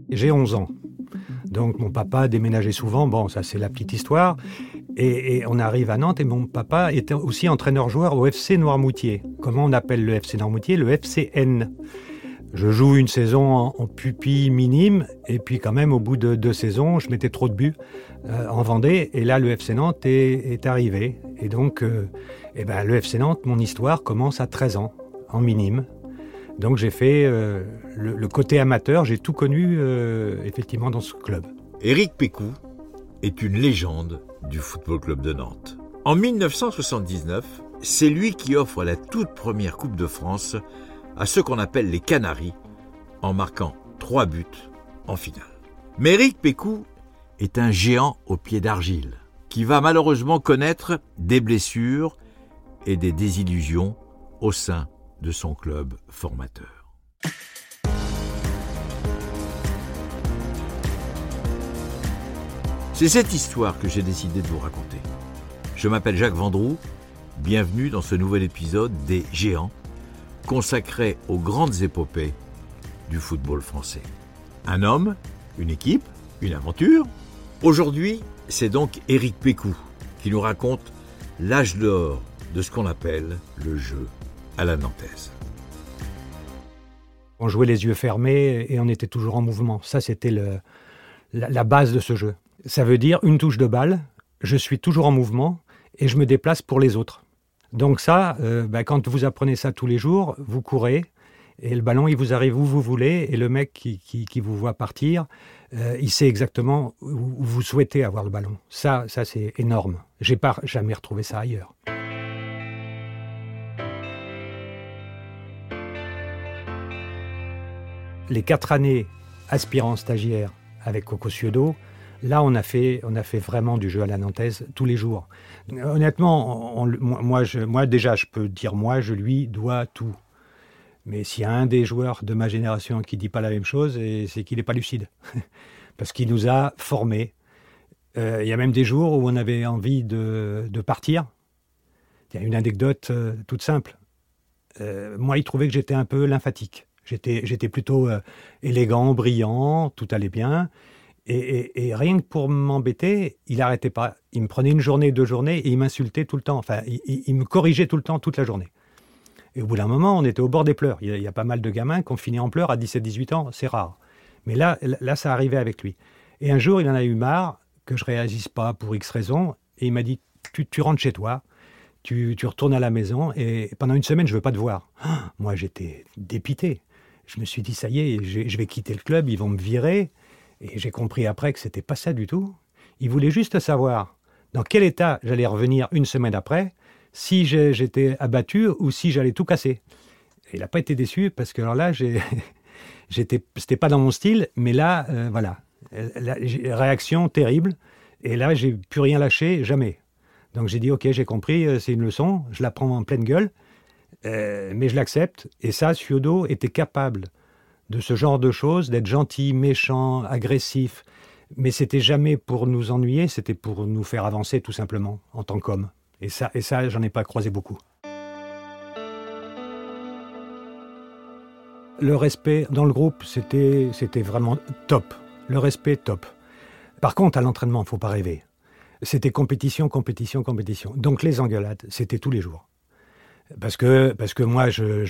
J'ai 11 ans. Donc mon papa déménageait souvent, bon ça c'est la petite histoire, et on arrive à Nantes et mon papa était aussi entraîneur-joueur au FC Noirmoutier. Comment on appelle le FC Noirmoutier? Le FCN. Je joue une saison en pupille minime, et puis quand même au bout de 2 saisons, je mettais trop de buts en Vendée, et là le FC Nantes est arrivé. Et donc le FC Nantes, mon histoire commence à 13 ans, en minime. Donc j'ai fait le côté amateur, j'ai tout connu effectivement dans ce club. Éric Pécou est une légende du Football Club de Nantes. En 1979, c'est lui qui offre la toute première Coupe de France à ceux qu'on appelle les Canaries, en marquant 3 buts en finale. Mais Éric Pécou est un géant aux pieds d'argile, qui va malheureusement connaître des blessures et des désillusions au sein de son club formateur. C'est cette histoire que j'ai décidé de vous raconter. Je m'appelle Jacques Vendroux, bienvenue dans ce nouvel épisode des Géants, consacré aux grandes épopées du football français. Un homme, une équipe, une aventure. Aujourd'hui, c'est donc Éric Pécou qui nous raconte l'âge d'or de ce qu'on appelle le jeu à la nantaise. On jouait les yeux fermés et on était toujours en mouvement. Ça, c'était la base de ce jeu. Ça veut dire une touche de balle, je suis toujours en mouvement et je me déplace pour les autres. Donc ça, quand vous apprenez ça tous les jours, vous courez et le ballon, il vous arrive où vous voulez et le mec qui vous voit partir, il sait exactement où vous souhaitez avoir le ballon. Ça c'est énorme. J'ai pas jamais retrouvé ça ailleurs. Les 4 années aspirant stagiaire avec Coco Ciodo, là on a fait vraiment du jeu à la nantaise tous les jours. Honnêtement, moi déjà je peux dire je lui dois tout. Mais s'il y a un des joueurs de ma génération qui dit pas la même chose, c'est qu'il n'est pas lucide. Parce qu'il nous a formés. Il y a même des jours où on avait envie de partir. Il y a une anecdote toute simple. Moi, il trouvait que j'étais un peu lymphatique. J'étais plutôt élégant, brillant, tout allait bien. Et rien que pour m'embêter, il n'arrêtait pas. Il me prenait une journée, 2 journées, et il m'insultait tout le temps. Enfin, il me corrigeait tout le temps, toute la journée. Et au bout d'un moment, on était au bord des pleurs. Il y a pas mal de gamins qui ont fini en pleurs à 17-18 ans, c'est rare. Mais là, ça arrivait avec lui. Et un jour, il en a eu marre que je ne réagisse pas pour X raisons, et il m'a dit, tu rentres chez toi, tu retournes à la maison, et pendant 1 semaine, je ne veux pas te voir. Moi, j'étais dépité. Je me suis dit, ça y est, je vais quitter le club, ils vont me virer. Et j'ai compris après que c'était pas ça du tout. Il voulait juste savoir dans quel état j'allais revenir 1 semaine après, si j'étais abattu ou si j'allais tout casser. Et il n'a pas été déçu parce que alors là, c'était pas dans mon style, mais là, voilà, réaction terrible. Et là, j'ai plus rien lâché, jamais. Donc j'ai dit, ok, j'ai compris, c'est une leçon, je la prends en pleine gueule. Mais je l'accepte, et ça, Ciodo était capable de ce genre de choses, d'être gentil, méchant, agressif, mais c'était jamais pour nous ennuyer, c'était pour nous faire avancer tout simplement, en tant qu'homme. Et ça, j'en ai pas croisé beaucoup. Le respect dans le groupe, c'était vraiment top. Le respect, top. Par contre, à l'entraînement, faut pas rêver. C'était compétition. Donc les engueulades, c'était tous les jours. Parce que moi,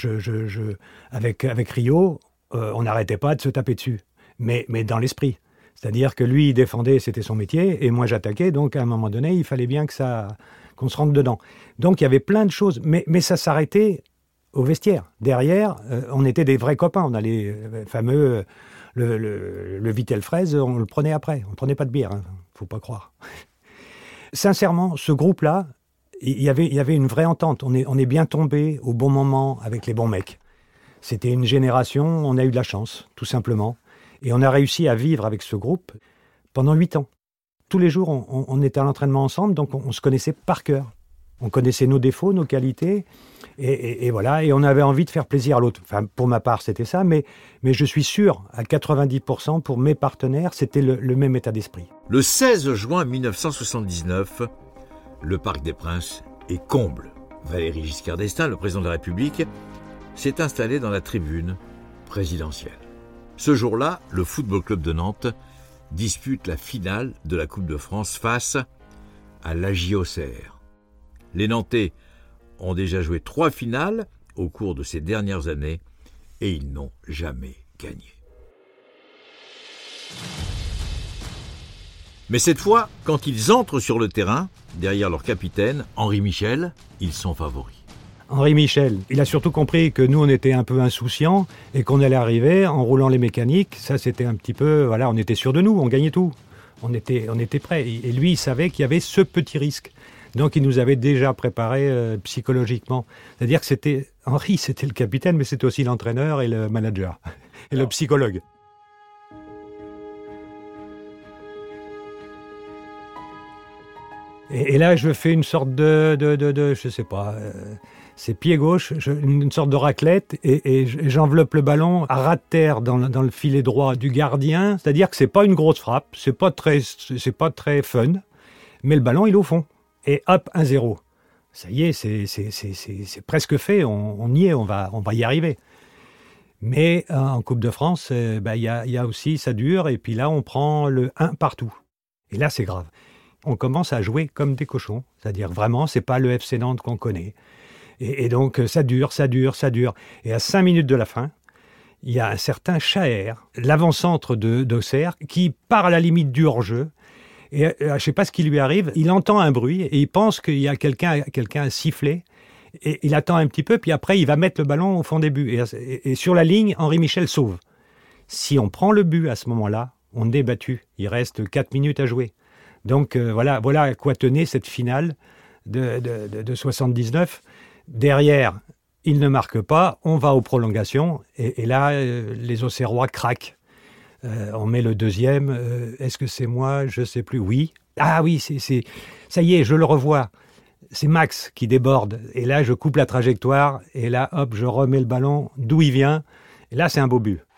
avec Rio, on n'arrêtait pas de se taper dessus, mais dans l'esprit. C'est-à-dire que lui, il défendait, c'était son métier, et moi, j'attaquais, donc à un moment donné, il fallait bien qu'on se rentre dedans. Donc il y avait plein de choses, mais ça s'arrêtait au vestiaire. Derrière, on était des vrais copains, on allait, fameux, le Vitel fraise, on le prenait après, on ne prenait pas de bière, faut pas croire. Sincèrement, ce groupe-là, il y avait une vraie entente. On est bien tombé au bon moment avec les bons mecs. C'était une génération, on a eu de la chance, tout simplement. Et on a réussi à vivre avec ce groupe pendant 8 ans. Tous les jours, on était à l'entraînement ensemble, donc on se connaissait par cœur. On connaissait nos défauts, nos qualités, et voilà. Et on avait envie de faire plaisir à l'autre. Enfin, pour ma part, c'était ça, mais je suis sûr, à 90%, pour mes partenaires, c'était le même état d'esprit. Le 16 juin 1979, le Parc des Princes est comble. Valéry Giscard d'Estaing, le président de la République, s'est installé dans la tribune présidentielle. Ce jour-là, le Football Club de Nantes dispute la finale de la Coupe de France face à l'AJ Auxerre. Les Nantais ont déjà joué 3 finales au cours de ces dernières années et ils n'ont jamais gagné. Mais cette fois, quand ils entrent sur le terrain, derrière leur capitaine, Henri Michel, ils sont favoris. Henri Michel, il a surtout compris que nous, on était un peu insouciants et qu'on allait arriver en roulant les mécaniques. Ça, c'était un petit peu... Voilà, on était sûr de nous, on gagnait tout. On était prêts. Et lui, il savait qu'il y avait ce petit risque. Donc, il nous avait déjà préparé psychologiquement. C'est-à-dire que Henri, c'était le capitaine, mais c'était aussi l'entraîneur et le manager. Et le psychologue. Et là, je fais une sorte de je sais pas... c'est pied gauche, une sorte de raclette, et j'enveloppe le ballon à ras de terre dans le filet droit du gardien. C'est-à-dire que c'est pas une grosse frappe, c'est pas très fun, mais le ballon il est au fond. Et hop, 1-0. Ça y est, c'est presque fait. On y est, on va y arriver. Mais en Coupe de France, il y a aussi ça dure, et puis là on prend le 1 partout. Et là c'est grave. On commence à jouer comme des cochons, c'est-à-dire vraiment, c'est pas le FC Nantes qu'on connaît. Et donc, ça dure. Et à 5 minutes de la fin, il y a un certain Chaher, l'avant-centre d'Auxerre, qui part à la limite du hors-jeu. Et je ne sais pas ce qui lui arrive, il entend un bruit et il pense qu'il y a quelqu'un a sifflé. Et il attend un petit peu, puis après, il va mettre le ballon au fond des buts. Et sur la ligne, Henri Michel sauve. Si on prend le but à ce moment-là, on est battu. Il reste 4 minutes à jouer. Donc voilà à quoi tenait cette finale de 79. Derrière, il ne marque pas, on va aux prolongations, et là, les Auxerrois craquent. On met le deuxième, est-ce que c'est moi? Je ne sais plus, oui. Ah oui, ça y est, je le revois. C'est Max qui déborde, et là, je coupe la trajectoire, et là, hop, je remets le ballon d'où il vient, et là, c'est un beau but.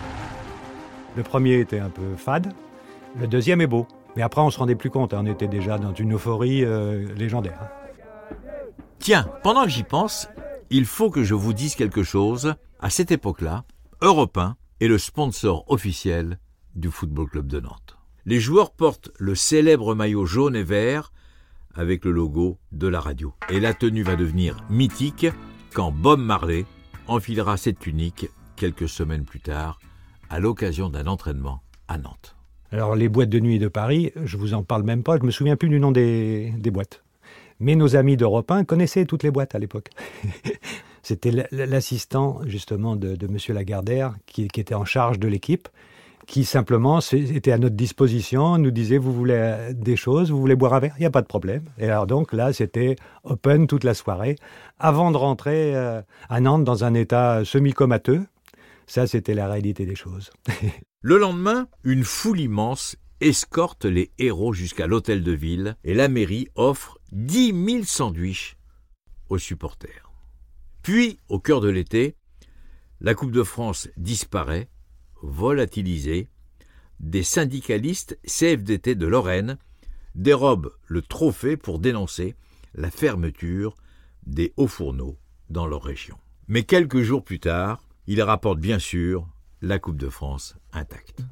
Le premier était un peu fade, le deuxième est beau. Mais après, on ne se rendait plus compte, on était déjà dans une euphorie légendaire. Tiens, pendant que j'y pense, il faut que je vous dise quelque chose. À cette époque-là, Europe 1 est le sponsor officiel du Football Club de Nantes. Les joueurs portent le célèbre maillot jaune et vert avec le logo de la radio. Et la tenue va devenir mythique quand Bob Marley enfilera cette tunique quelques semaines plus tard à l'occasion d'un entraînement à Nantes. Alors, les boîtes de nuit de Paris, je vous en parle même pas, je me souviens plus du nom des boîtes. Mais nos amis d'Europe 1 connaissaient toutes les boîtes à l'époque. C'était l'assistant, justement, de M. Lagardère, qui était en charge de l'équipe, qui simplement était à notre disposition, nous disait, vous voulez des choses, vous voulez boire un verre, il n'y a pas de problème. Et alors donc, là, c'était open toute la soirée, avant de rentrer à Nantes dans un état semi-comateux. Ça, c'était la réalité des choses. Le lendemain, une foule immense escorte les héros jusqu'à l'hôtel de ville et la mairie offre 10 000 sandwichs aux supporters. Puis, au cœur de l'été, la Coupe de France disparaît, volatilisée. Des syndicalistes CFDT de Lorraine dérobent le trophée pour dénoncer la fermeture des hauts fourneaux dans leur région. Mais quelques jours plus tard, ils rapportent bien sûr la Coupe de France intacte.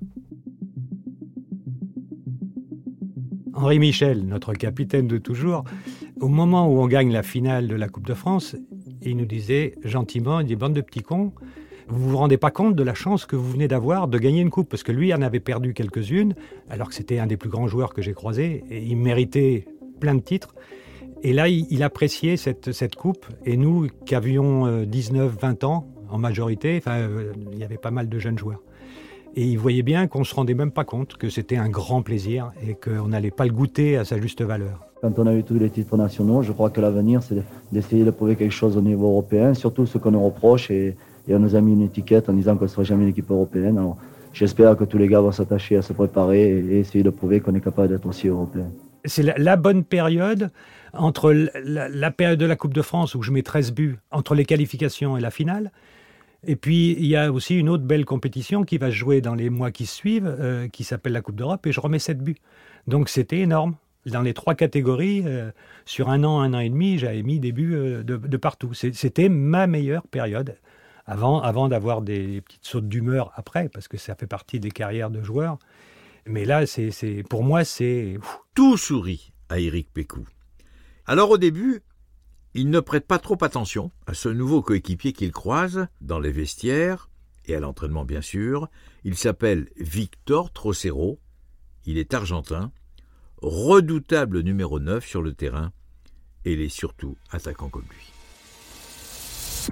Henri Michel, notre capitaine de toujours, au moment où on gagne la finale de la Coupe de France, il nous disait gentiment, il dit « Bande de petits cons, vous ne vous rendez pas compte de la chance que vous venez d'avoir de gagner une coupe ?» Parce que lui en avait perdu quelques-unes, alors que c'était un des plus grands joueurs que j'ai croisés, et il méritait plein de titres. Et là, il appréciait cette coupe, et nous qui avions 19-20 ans, en majorité, il y avait pas mal de jeunes joueurs. Et il voyait bien qu'on ne se rendait même pas compte que c'était un grand plaisir et qu'on n'allait pas le goûter à sa juste valeur. Quand on a eu tous les titres nationaux, je crois que l'avenir, c'est d'essayer de prouver quelque chose au niveau européen, surtout ce qu'on nous reproche, et on nous a mis une étiquette en disant qu'on ne sera jamais une équipe européenne. Alors, j'espère que tous les gars vont s'attacher à se préparer et essayer de prouver qu'on est capable d'être aussi européen. C'est la bonne période entre la période de la Coupe de France où je mets 13 buts, entre les qualifications et la finale. Et puis, il y a aussi une autre belle compétition qui va se jouer dans les mois qui suivent, qui s'appelle la Coupe d'Europe, et je remets 7 buts. Donc, c'était énorme. Dans les 3 catégories, sur un an et demi, j'avais mis des buts de partout. C'était ma meilleure période. avant d'avoir des petites sautes d'humeur après, parce que ça fait partie des carrières de joueurs. Mais là, pour moi, c'est... Tout sourit à Éric Pécou. Alors au début, il ne prête pas trop attention à ce nouveau coéquipier qu'il croise dans les vestiaires et à l'entraînement bien sûr. Il s'appelle Victor Trocero, il est argentin, redoutable numéro 9 sur le terrain et il est surtout attaquant comme lui.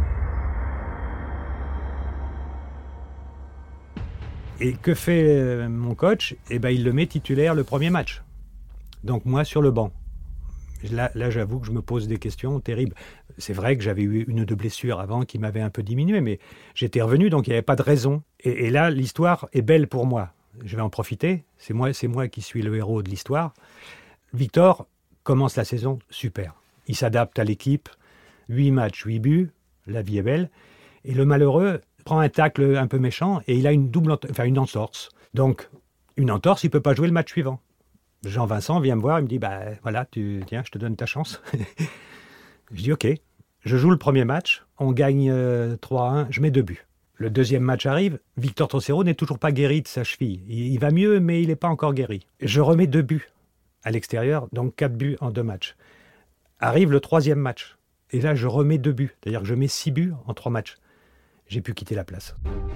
Et que fait mon coach ? Eh ben, il le met titulaire le premier match. Donc moi sur le banc. Là, j'avoue que je me pose des questions terribles. C'est vrai que j'avais eu une ou deux blessures avant qui m'avaient un peu diminué, mais j'étais revenu, donc il n'y avait pas de raison. Et là, l'histoire est belle pour moi. Je vais en profiter. C'est moi qui suis le héros de l'histoire. Victor commence la saison super. Il s'adapte à l'équipe. 8 matchs, 8 buts. La vie est belle. Et le malheureux prend un tacle un peu méchant et il a une entorse. Donc, une entorse, il ne peut pas jouer le match suivant. Jean-Vincent vient me voir, il me dit voilà, tiens, je te donne ta chance. Je dis ok. Je joue le premier match, on gagne 3-1, je mets 2 buts. Le deuxième match arrive, Victor Trocero n'est toujours pas guéri de sa cheville. Il va mieux, mais il n'est pas encore guéri. Je remets 2 buts à l'extérieur, donc 4 buts en 2 matchs. Arrive le troisième match, et là je remets 2 buts, c'est-à-dire que je mets 6 buts en 3 matchs. J'ai pu quitter la place.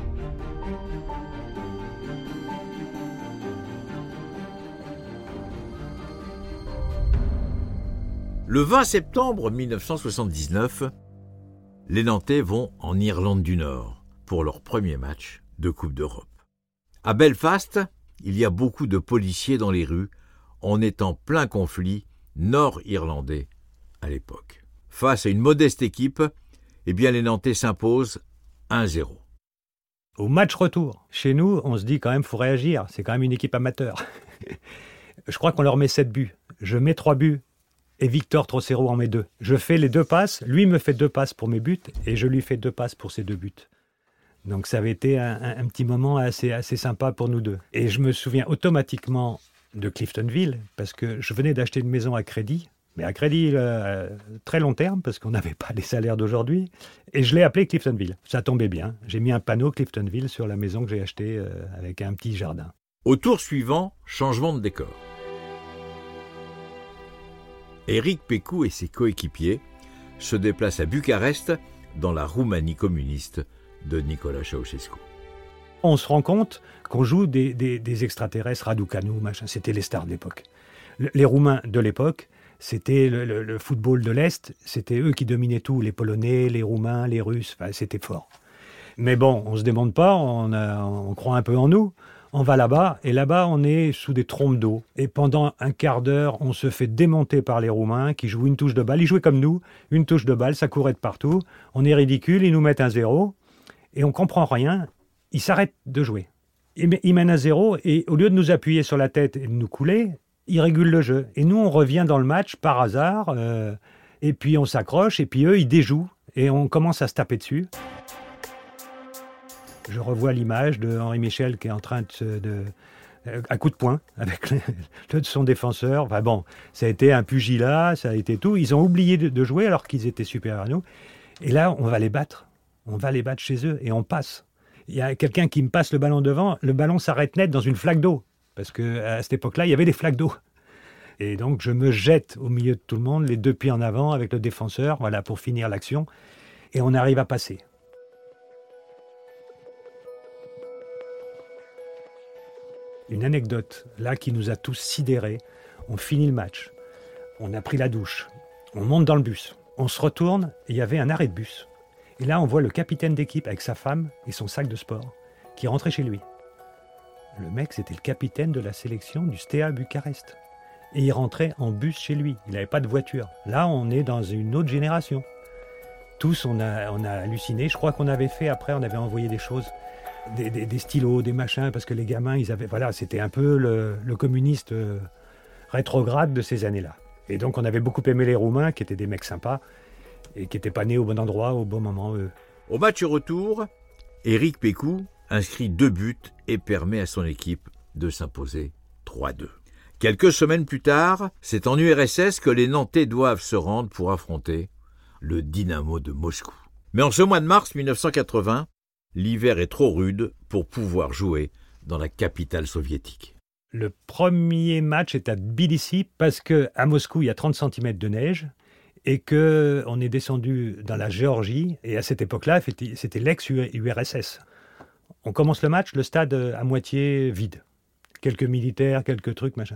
Le 20 septembre 1979, les Nantais vont en Irlande du Nord pour leur premier match de Coupe d'Europe. À Belfast, il y a beaucoup de policiers dans les rues. On est en plein conflit nord-irlandais à l'époque. Face à une modeste équipe, les Nantais s'imposent 1-0. Au match retour, chez nous, on se dit quand même, il faut réagir. C'est quand même une équipe amateur. Je crois qu'on leur met 7 buts. Je mets 3 buts. Et Victor Trocero en met 2. Je fais les 2 passes, lui me fait 2 passes pour mes buts, et je lui fais 2 passes pour ses 2 buts. Donc ça avait été un petit moment assez sympa pour nous deux. Et je me souviens automatiquement de Cliftonville, parce que je venais d'acheter une maison à crédit, mais à crédit très long terme, parce qu'on n'avait pas les salaires d'aujourd'hui, et je l'ai appelé Cliftonville. Ça tombait bien. J'ai mis un panneau Cliftonville sur la maison que j'ai achetée avec un petit jardin. Au tour suivant, changement de décor. Éric Pécou et ses coéquipiers se déplacent à Bucarest, dans la Roumanie communiste de Nicolae Ceausescu. On se rend compte qu'on joue des extraterrestres, Raducanu, machin. C'était les stars de l'époque. Les Roumains de l'époque, c'était le football de l'Est, c'était eux qui dominaient tout, les Polonais, les Roumains, les Russes, enfin, c'était fort. Mais bon, on ne se démonte pas, on croit un peu en nous. On va là-bas, et là-bas, on est sous des trompes d'eau. Et pendant un quart d'heure, on se fait démonter par les Roumains qui jouent une touche de balle. Ils jouaient comme nous, une touche de balle, ça courait de partout. On est ridicule, ils nous mettent 1-0, et on comprend rien. Ils s'arrêtent de jouer. Ils mènent 1-0, et au lieu de nous appuyer sur la tête et de nous couler, ils régulent le jeu. Et nous, on revient dans le match par hasard, et puis on s'accroche, et puis eux, ils déjouent, et on commence à se taper dessus. Je revois l'image de Henri Michel qui est en train à coup de poing avec son défenseur. Enfin bon, ça a été un pugilat, ça a été tout. Ils ont oublié de jouer alors qu'ils étaient supérieurs à nous. Et là, on va les battre. On va les battre chez eux et on passe. Il y a quelqu'un qui me passe le ballon devant. Le ballon s'arrête net dans une flaque d'eau. Parce qu'à cette époque-là, il y avait des flaques d'eau. Et donc, je me jette au milieu de tout le monde, les 2 pieds en avant avec le défenseur, voilà, pour finir l'action. Et on arrive à passer. Une anecdote, là, qui nous a tous sidérés. On finit le match, on a pris la douche, on monte dans le bus, on se retourne et il y avait un arrêt de bus. Et là, on voit le capitaine d'équipe avec sa femme et son sac de sport qui rentrait chez lui. Le mec, c'était le capitaine de la sélection du Steaua Bucarest. Et il rentrait en bus chez lui, il n'avait pas de voiture. Là, on est dans une autre génération. Tous, on a halluciné. Je crois qu'on avait fait, après, on avait envoyé des choses. Des stylos, des machins, parce que les gamins, c'était un peu le communiste rétrograde de ces années-là. Et donc, on avait beaucoup aimé les Roumains, qui étaient des mecs sympas, et qui n'étaient pas nés au bon endroit, au bon moment, eux. Au match retour, Éric Pécou inscrit 2 buts et permet à son équipe de s'imposer 3-2. Quelques semaines plus tard, c'est en URSS que les Nantais doivent se rendre pour affronter le Dynamo de Moscou. Mais en ce mois de mars 1980, l'hiver est trop rude pour pouvoir jouer dans la capitale soviétique. Le premier match est à Tbilissi parce qu'à Moscou, il y a 30 cm de neige et qu'on est descendu dans la Géorgie. Et à cette époque-là, c'était l'ex-URSS. On commence le match, le stade à moitié vide. Quelques militaires, quelques trucs, machin.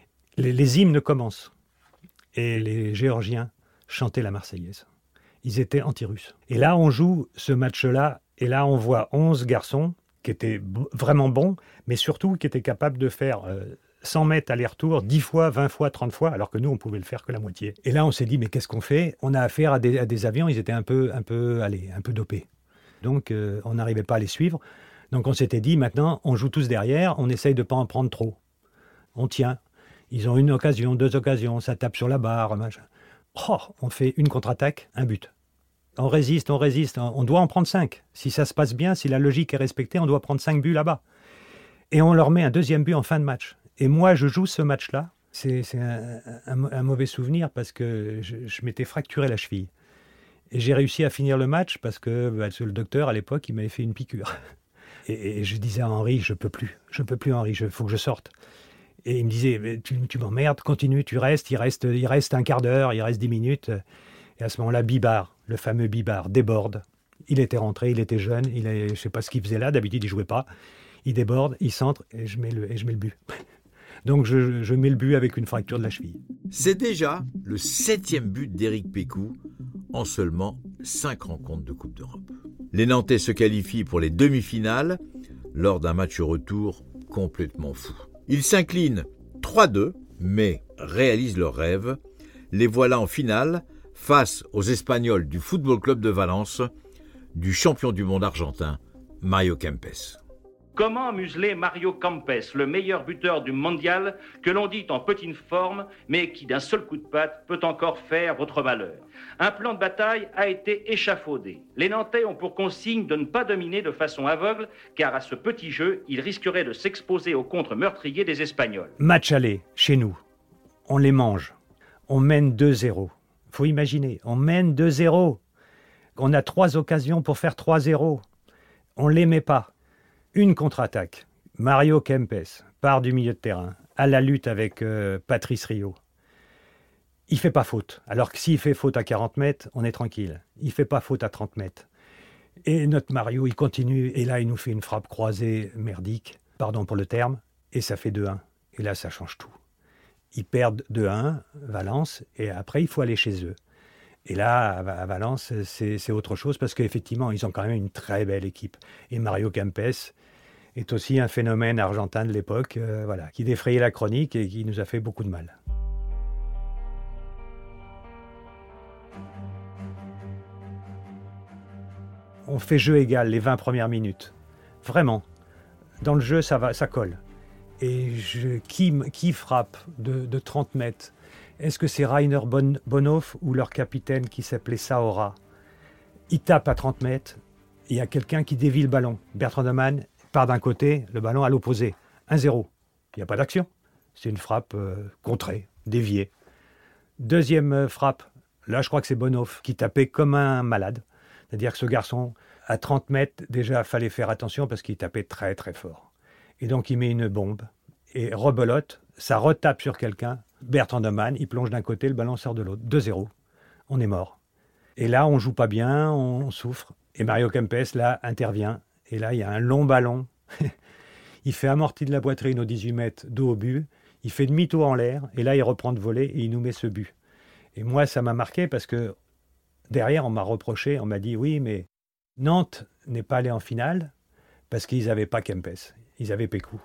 Les hymnes commencent. Et les Géorgiens chantaient la Marseillaise. Ils étaient anti-russes. Et là, on joue ce match-là. Et là, on voit 11 garçons qui étaient vraiment bons, mais surtout qui étaient capables de faire 100 mètres aller-retour, 10 fois, 20 fois, 30 fois, alors que nous, on pouvait le faire que la moitié. Et là, on s'est dit, mais qu'est-ce qu'on fait ? On a affaire à des avions, ils étaient un peu dopés. Donc, on n'arrivait pas à les suivre. Donc, on s'était dit, maintenant, on joue tous derrière, on essaye de ne pas en prendre trop. On tient. Ils ont une occasion, 2 occasions, ça tape sur la barre, machin. Oh, on fait une contre-attaque, un but. On résiste, on doit en prendre 5. Si ça se passe bien, si la logique est respectée, on doit prendre 5 buts là-bas. Et on leur met un deuxième but en fin de match. Et moi, je joue ce match-là. C'est un mauvais souvenir parce que je m'étais fracturé la cheville. Et j'ai réussi à finir le match parce que le docteur, à l'époque, il m'avait fait une piqûre. Et je disais à Henri, je peux plus Henri, il faut que je sorte. Et il me disait, tu m'emmerdes, continue, il reste un quart d'heure, il reste 10 minutes. Et à ce moment-là, Bibard, le fameux Bibard, déborde. Il était rentré, il était jeune, je ne sais pas ce qu'il faisait là, d'habitude il ne jouait pas. Il déborde, il centre et je mets le but. Donc je mets le but avec une fracture de la cheville. C'est déjà le 7e but d'Éric Pécou en seulement 5 rencontres de Coupe d'Europe. Les Nantais se qualifient pour les demi-finales lors d'un match retour complètement fou. Ils s'inclinent 3-2, mais réalisent leur rêve. Les voilà en finale face aux Espagnols du Football Club de Valence, du champion du monde argentin, Mario Kempes. Comment museler Mario Kempes, le meilleur buteur du mondial, que l'on dit en petite forme, mais qui d'un seul coup de patte peut encore faire votre malheur. Un plan de bataille a été échafaudé. Les Nantais ont pour consigne de ne pas dominer de façon aveugle, car à ce petit jeu, ils risqueraient de s'exposer au contre meurtrier des Espagnols. Match aller, chez nous. On les mange. On mène 2-0. Faut imaginer, on mène 2-0. On a 3 occasions pour faire 3-0. On ne les met pas. Une contre-attaque. Mario Kempes part du milieu de terrain, à la lutte avec Patrice Rio. Il ne fait pas faute. Alors que s'il fait faute à 40 mètres, on est tranquille. Il ne fait pas faute à 30 mètres. Et notre Mario, il continue. Et là, il nous fait une frappe croisée merdique. Pardon pour le terme. Et ça fait 2-1. Et là, ça change tout. Ils perdent 2-1, Valence. Et après, il faut aller chez eux. Et là, à Valence, c'est autre chose parce qu'effectivement, ils ont quand même une très belle équipe. Et Mario Kempes est aussi un phénomène argentin de l'époque, qui défrayait la chronique et qui nous a fait beaucoup de mal. On fait jeu égal les 20 premières minutes. Vraiment. Dans le jeu, ça colle. Et qui frappe de 30 mètres ? Est-ce que c'est Rainer Bonhoff ou leur capitaine qui s'appelait Saora ? Il tape à 30 mètres, il y a quelqu'un qui dévie le ballon. Bertrand de Man part d'un côté, le ballon à l'opposé. 1-0. Il n'y a pas d'action. C'est une frappe contrée, déviée. Deuxième frappe, là je crois que c'est Bonhoff qui tapait comme un malade. C'est-à-dire que ce garçon, à 30 mètres, déjà fallait faire attention parce qu'il tapait très très fort. Et donc il met une bombe et rebelote, ça retape sur quelqu'un. Bertrand de Man, il plonge d'un côté, le ballon sort de l'autre. 2-0. On est mort. Et là, on joue pas bien, on souffre. Et Mario Kempes, là, intervient. Et là, il y a un long ballon. Il fait amorti de la poitrine aux 18 mètres dos au but. Il fait demi-tour en l'air. Et là, il reprend de voler et il nous met ce but. Et moi, ça m'a marqué parce que derrière, on m'a reproché, on m'a dit, oui, mais Nantes n'est pas allé en finale parce qu'ils n'avaient pas Kempes. Ils avaient Pécou.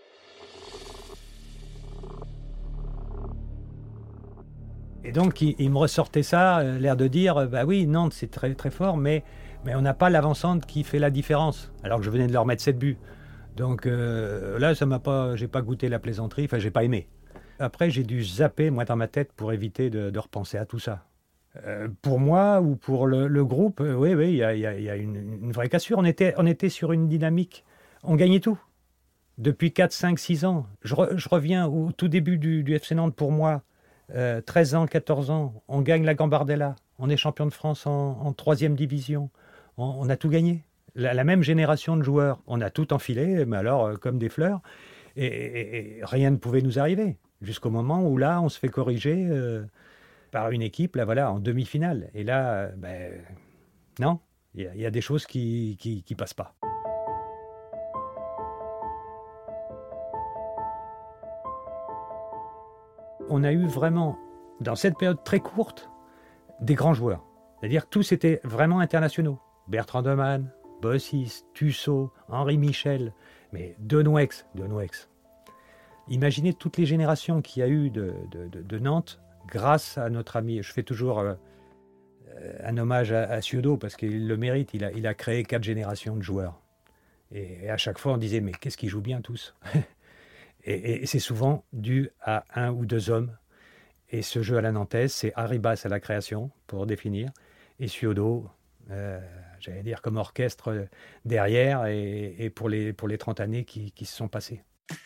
Et donc, il me ressortait ça, l'air de dire, bah oui, Nantes, c'est très, très fort, mais on n'a pas l'avant-centre qui fait la différence, alors que je venais de leur mettre 7 buts. Donc là, j'ai pas goûté la plaisanterie, j'ai pas aimé. Après, j'ai dû zapper, moi, dans ma tête, pour éviter de repenser à tout ça. Pour moi ou pour le groupe, oui, il y a une vraie cassure. On était sur une dynamique, on gagnait tout. Depuis 4, 5, 6 ans. Je reviens au tout début du FC Nantes pour moi. 13 ans, 14 ans, on gagne la Gambardella, On est champion de France en 3e division. On a tout gagné. La même génération de joueurs. On a tout enfilé, mais alors comme des fleurs. Et rien ne pouvait nous arriver. Jusqu'au moment où là, on se fait corriger par une équipe, là voilà, en demi-finale. Et là, non, il y a des choses qui passent pas. On a eu vraiment, dans cette période très courte, des grands joueurs. C'est-à-dire que tous étaient vraiment internationaux. Bertrand Demann, Bossis, Tussaud, Henri Michel, mais Denouex. Imaginez toutes les générations qu'il y a eu de Nantes grâce à notre ami. Je fais toujours un hommage à Ciodo parce qu'il le mérite. Il a créé 4 générations de joueurs. Et à chaque fois, on disait, mais qu'est-ce qu'ils jouent bien tous. Et c'est souvent dû à 1 ou 2 hommes. Et ce jeu à la nantaise, c'est Arribas à la création, pour définir, et Ciodo, j'allais dire comme orchestre derrière, et pour les 30 années qui se sont passées.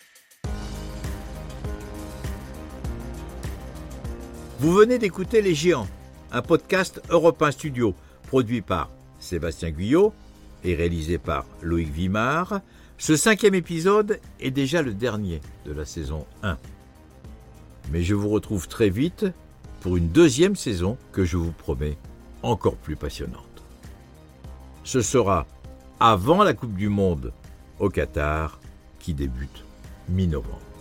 Vous venez d'écouter Les Géants, un podcast Europe 1 Studio, produit par Sébastien Guyot et réalisé par Loïc Vimard. Ce 5e épisode est déjà le dernier de la saison 1. Mais je vous retrouve très vite pour une 2e saison que je vous promets encore plus passionnante. Ce sera avant la Coupe du Monde au Qatar qui débute mi-novembre.